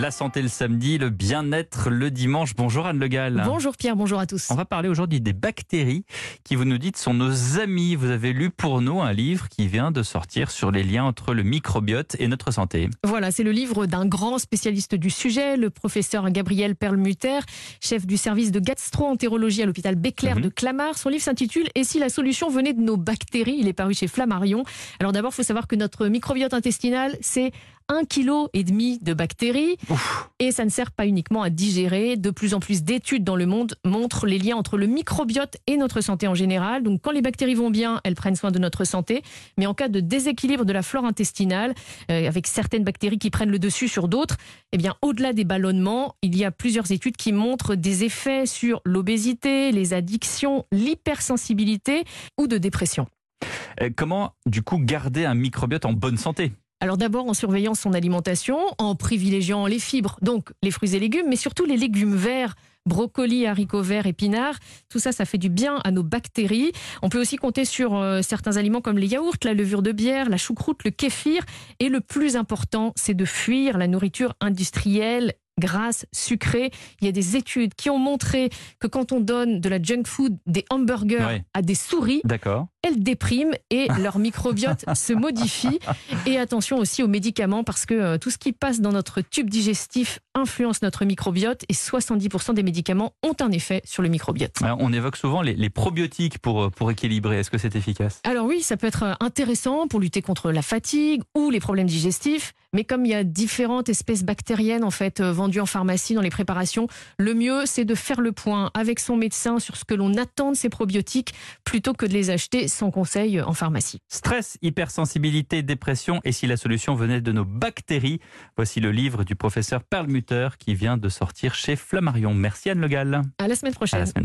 La santé le samedi, le bien-être le dimanche. Bonjour Anne Le Gall. Bonjour Pierre, bonjour à tous. On va parler aujourd'hui des bactéries qui, vous nous dites, sont nos amis. Vous avez lu pour nous un livre qui vient de sortir sur les liens entre le microbiote et notre santé. Voilà, c'est le livre d'un grand spécialiste du sujet, le professeur Gabriel Perlmutter, chef du service de gastro-entérologie à l'hôpital Béclair de Clamart. Son livre s'intitule « Et si la solution venait de nos bactéries ?» Il est paru chez Flammarion. Alors d'abord, il faut savoir que notre microbiote intestinal, c'est 1,5 kg de bactéries. Ouf. Et ça ne sert pas uniquement à digérer. De plus en plus d'études dans le monde montrent les liens entre le microbiote et notre santé en général. Donc quand les bactéries vont bien, elles prennent soin de notre santé. Mais en cas de déséquilibre de la flore intestinale, avec certaines bactéries qui prennent le dessus sur d'autres, eh bien au-delà des ballonnements, il y a plusieurs études qui montrent des effets sur l'obésité, les addictions, l'hypersensibilité ou de dépression. Comment, du coup, garder un microbiote en bonne santé ? Alors d'abord en surveillant son alimentation, en privilégiant les fibres, donc les fruits et légumes, mais surtout les légumes verts, brocolis, haricots verts, épinards. Tout ça, ça fait du bien à nos bactéries. On peut aussi compter sur certains aliments comme les yaourts, la levure de bière, la choucroute, le kéfir. Et le plus important, c'est de fuir la nourriture industrielle, grasse, sucrée. Il y a des études qui ont montré que quand on donne de la junk food, des hamburgers à des souris, D'accord. elles dépriment et leur microbiote se modifie. Et attention aussi aux médicaments parce que tout ce qui passe dans notre tube digestif influence notre microbiote et 70% des médicaments ont un effet sur le microbiote. Alors, on évoque souvent les probiotiques pour équilibrer. Est-ce que c'est efficace ? Alors oui, ça peut être intéressant pour lutter contre la fatigue ou les problèmes digestifs. Mais comme il y a différentes espèces bactériennes en fait vendues en pharmacie dans les préparations, le mieux c'est de faire le point avec son médecin sur ce que l'on attend de ces probiotiques plutôt que de les acheter sans conseil en pharmacie. Stress, hypersensibilité, dépression, et si la solution venait de nos bactéries ? Voici le livre du professeur Perlmutter qui vient de sortir chez Flammarion. Merci Anne Le Gall. À la semaine prochaine.